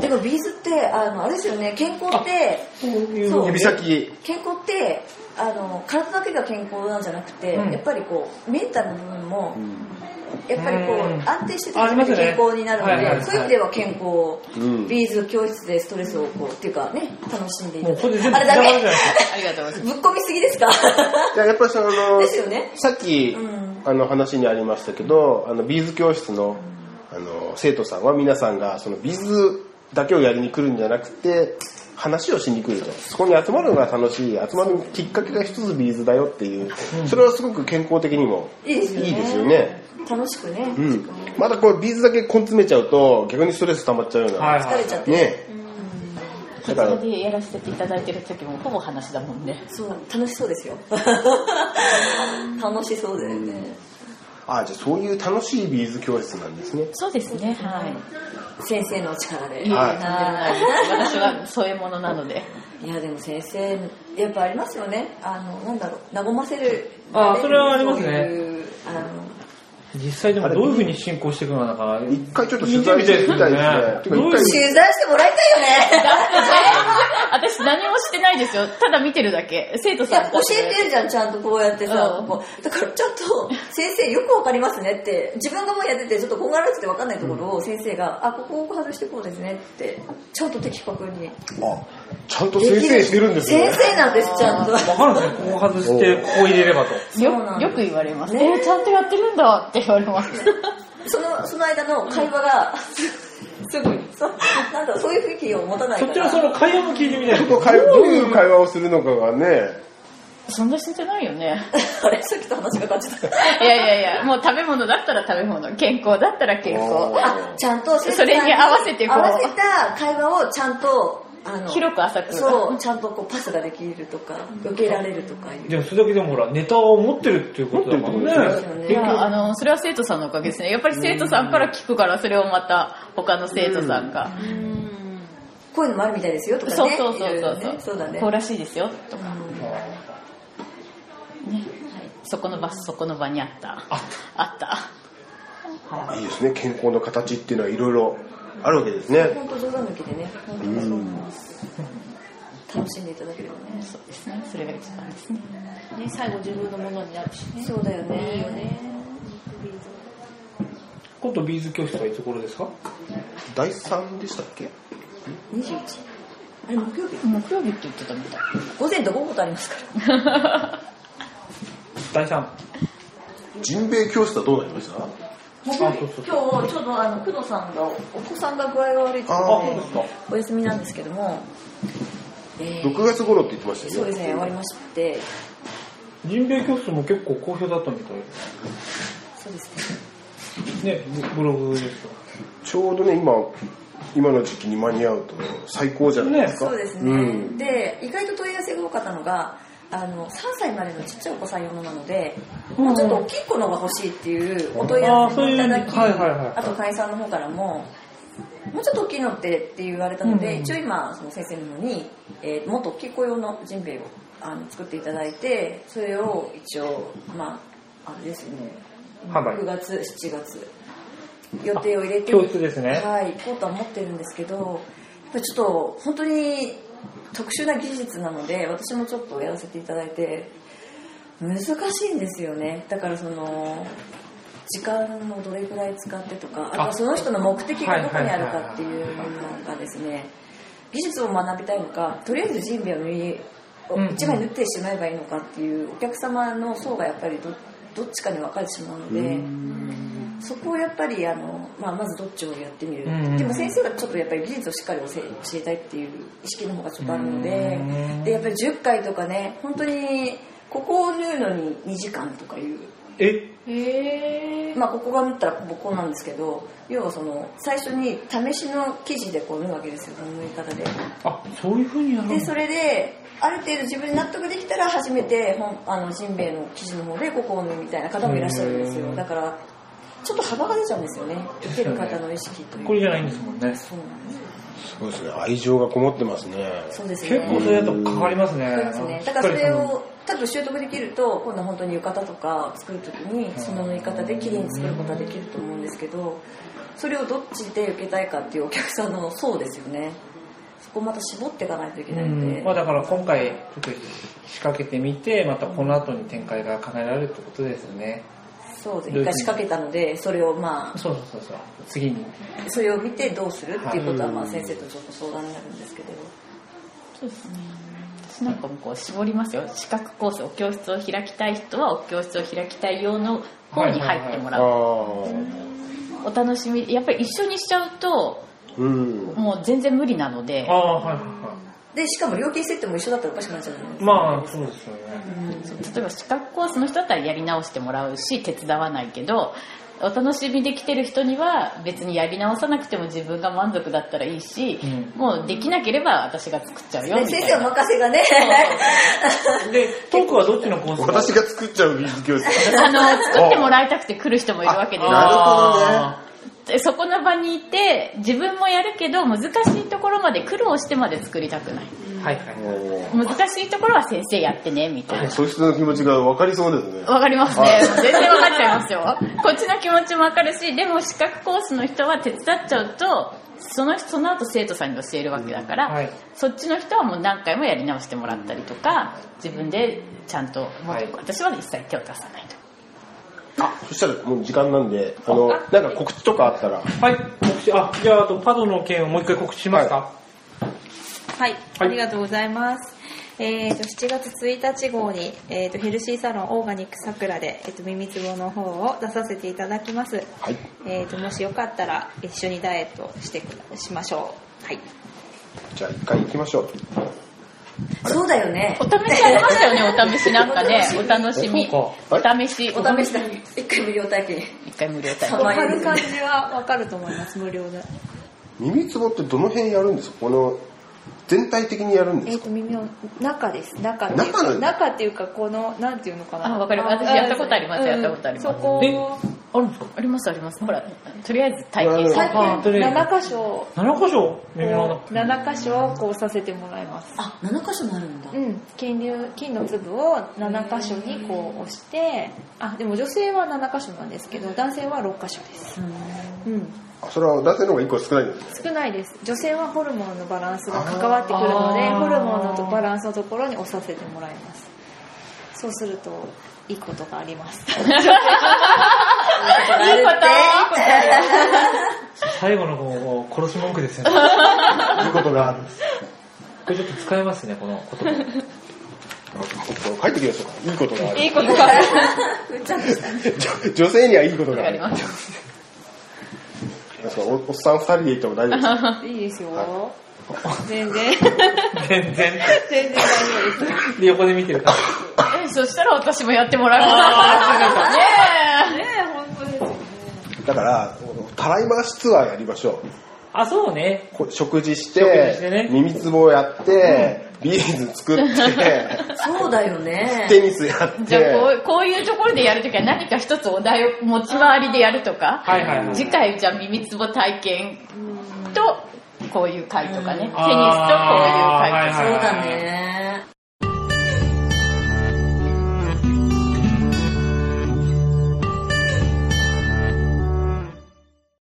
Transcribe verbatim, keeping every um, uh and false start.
でもビーズってあのあれですよね、健康ってそう指先健康ってあの体だけが健康なんじゃなくて、うん、やっぱりこうメンタルの部分も、うん、やっぱりこう安定してて健康になるので、ねはいはいはい、そういう意味では健康、うん、ビーズ教室でストレスをこうっていうかね楽しんでいただいて、あれダメありがとうございます。ぶっ込みすぎですか？ いややっぱりそのですよね。 さっき、うん、あの話にありましたけど、あのビーズ教室の、うん、あの生徒さんは皆さんがそのビーズだけをやりに来るんじゃなくて話をしに来ると、そこに集まるのが楽しい、集まるきっかけが一つビーズだよっていう、うん、それはすごく健康的にもいいですよね。いいですよね。 楽しくね、 うん、まだこうビーズだけ根詰めちゃうと逆にストレス溜まっちゃうような、 はいはい、疲れちゃってね、 こちらでやらせていただいてる時もほぼ話だもんね。 そう楽しそうですよ楽しそうだよね、 うん、あじゃあそういう楽しいビーズ教室なんですね。 そうですね、はい、 先生のお力で、 はい、私はそういうものなので。 いやでも先生やっぱありますよね、あのなんだろう、和ませる、 あそれはありますね。 あの実際でもどういう風に進行していくのか一回ちょっと取材してみたいですね。 取材してもらいたいよね。 私何もしてないですよ。ただ見てるだけ。生徒さん教えてるじゃん、ちゃんとこうやってさ、こうだからちょっと先生よくわかりますねって自分がもうやっててちょっとこんがらくてわかんないところを先生が、あここを外してこうですねってちゃんと的確に。 あちゃんと先生してるんですね。 先生なんですちゃんと。 わかるんですね。ここ外してここ入れればと。 よよく言われますね。えちゃんとやってるんだって言われます。 そのその間の会話がすごいそなんだそういう雰囲気を持たないから。 そっちのその会話も聞いてみたい。 どういう会話をするのかがね。 そんなしてないよね。 あれさっきと話が変わっちゃった。 いやいやいや、もう食べ物だったら食べ物、健康だったら健康。 あちゃんとそれに合わせてこう合わせた会話をちゃんと。あの広く浅くそうちゃんとこうパスができるとか受けられるとかいう。 でもそれだけでもほらネタを持ってるっていうことだもんね。 いやあのそれは生徒さんのおかげですね。やっぱり生徒さんから聞くからそれをまた他の生徒さんが、うん、 こういうのもあるみたいですよとかね。 そうそうそうそうそう、 ね、そうだね。 こうらしいですよとか、ねはい、そこの場そこの場にあったあったはい、いいですね。健康の形っていうのはいろいろあるわけですね。 本当冗談抜きでね、本当にそう思います。楽しんでいただければね。 そうですね。それが一番ですね。 ね最後自分のものになるしね。 そうだよね。 いいよね。 今度ビーズ教室はいつ頃ですか？ だいさんでしたっけ？ にじゅういち。あれ木曜日？ 木曜日って言ってたみたい。 午前と午後とありますから。 だいさん。 ジンベエ教室はどうなりました？ 今日ちょうどあの工藤さんがお子さんが具合が悪いということでお休みなんですけども、 えー、ろくがつ頃って言ってましたよね。 そうですね、終わりまして。 ジンベエ教室も結構好評だったみたい。 そうですね。ねブログですと。 ちょうどね今今の時期に間に合うと最高じゃないですか。 ね、そうですね。うん、で意外と問い合わせが多かったのが。あのさんさいまでのちっちゃいお子さん用のなので、うん、もうちょっと大きい子のが欲しいっていうお問い合わせをいただき、 はいはいはい、 あと会員さんの方からももうちょっと大きいのってって言われたので、うん、一応今その先生の方に、えー、もっと大きい子用のジンベエをあの作っていただいて、それを一応まああれですね、ろくがつしちがつ予定を入れて教室ですね。 はい、行こうとは思ってるんですけど、やっぱりちょっと本当に特殊な技術なので私もちょっとやらせていただいて難しいんですよね。だからその時間をどれくらい使ってとか、あとはその人の目的がどこにあるかっていうのがですね、技術を学びたいのか、とりあえずジンベエを縫い一枚縫ってしまえばいいのかっていうお客様の層がやっぱり ど, どっちかに分かれてしまうので、そこをやっぱりあの、まあ、まずどっちをやってみる、うんうん、でも先生がちょっとやっぱり技術をしっかり教えたいっていう意識の方がちょっとあるので、でやっぱりじゅっかいとかね、本当にここを縫うのににじかんとかいうえへまあここが縫ったらこうなんですけど、要はその最初に試しの生地でこう縫うわけですよ、この縫い方で。 あ、そういう風にやる。 でそれである程度自分に納得できたら初めてあのジンベエの生地の方でここを縫うみたいな方もいらっしゃるんですよ。だからちょっと幅が出ちゃうんですよね、受ける方の意識という。 これじゃないんですもんね。そうなんです。 そうですね、愛情がこもってますね。 そうですね。 結構それだとかかりますね。 そうですね。だからそれを多分習得できると今度は本当に浴衣とか作るときにその縫い方で綺麗に作ることはできると思うんですけど、それをどっちで受けたいかっていうお客さんのそうですよね。そこまた絞っていかないといけないので、 うん、まあ、だから今回ちょっと仕掛けてみて、またこの後に展開が考えられるってことですよね。 そうです。一回仕掛けたので、それをまあそうそうそうそう、次にそれを見てどうするっていうことはまあ先生とちょっと相談になるんですけど、 そうですね。私なんかもこう絞りますよ。資格コース、お教室を開きたい人はお教室を開きたい用の方に入ってもらう。お楽しみ、やっぱり一緒にしちゃうと、うん、もう全然無理なので。 あ、はいはいはい。 で、しかも料金設定も一緒だったらおかしくなっちゃうんです。 まあそうですよね、 うん、例えば資格コースの人だったらやり直してもらうし手伝わないけど、お楽しみで来てる人には別にやり直さなくても自分が満足だったらいいし、うん、もうできなければ私が作っちゃうよみたいな。 先生お任せがね。 で、トークはどっちのコース？ 私が作っちゃうビーズ教室。 あの作ってもらいたくて来る人もいるわけで。 なるほどね。 そこの場にいて自分もやるけど難しいところまで苦労してまで作りたくない、 はいはい、 難しいところは先生やってねみたいな。 そういう人の気持ちが分かりそうですね。 分かりますね。全然分かっちゃいますよ。こっちの気持ちも分かるし、でも資格コースの人は手伝っちゃうとそのその後生徒さんに教えるわけだから、うん、はい、そっちの人はもう何回もやり直してもらったりとか自分でちゃんと、はい、私は一切手を出さないと。 あ、そしたらもう時間なんで、あの、なんか告知とかあったら。 はい、告知、あ、じゃあ、あとパドの件をもう一回告知しますか。はい、はい、ありがとうございます。えーと、しちがつついたち号に、えーと、ヘルシーサロンオーガニックさくらで、えーと、耳つぼの方を出させていただきます。はい。えーと、もしよかったら一緒にダイエットしてしましょう。はい。 じゃあ一回行きましょう。 そうだよね。 お試しありましたよね。お試しなんかね、お楽しみ。お試し。 お試しだ。一回無料体験。 一回無料体験。 わかる感じはわかると思います。無料で。 耳つぼってどの辺やるんですか？この全体的にやるんですか？ えっと耳の中です。中っていうか中っていうかこのなんていうのかな。 あ、わかります。私やったことあります。やったことあります。 そこ。 あるんですか？ありますあります。ほら、とりあえず体験させて。なな箇所。 なな箇所？耳のなな箇所をこうさせてもらいます。 あ、なな箇所もあるんだ。 うん。金流金の粒をなな箇所にこう押して、あ、でも女性はなな箇所なんですけど、男性はろっ箇所です。うん。 それは男性の方がいっこ少ないんですか？少ないです。女性はホルモンのバランスが関わってくるので、ホルモンのバランスのところに押させてもらいます。そうするといいことがあります。いいこといいこと最後のこう殺し文句ですよね。 いいことがある。 これちょっと使えますね、この言葉。 書いてきましょうか。いいことがある。 いいことがある。 女性にはいいことがある。 あります。 お, おっさんふたりで行っても大丈夫ですか？ いいですよ。はい、全然。 全然。 全然大丈夫です。 で、横で見てるから。 え、そしたら私もやってもらえますか。ねえ。ねえ、本当ですよね。 だから、たらい回しツアーやりましょう。 あ、そうね。 食事して、してね、耳つぼやって、うん、ビーズ作って、 そうだよね。 テニスやって。 じゃあこう、こういうところでやるときは何か一つお題を持ち回りでやるとか、 はいはいはい、 次回じゃあ耳つぼ体験とこういう会とかね、テニスとこういう会とか、 そうだね。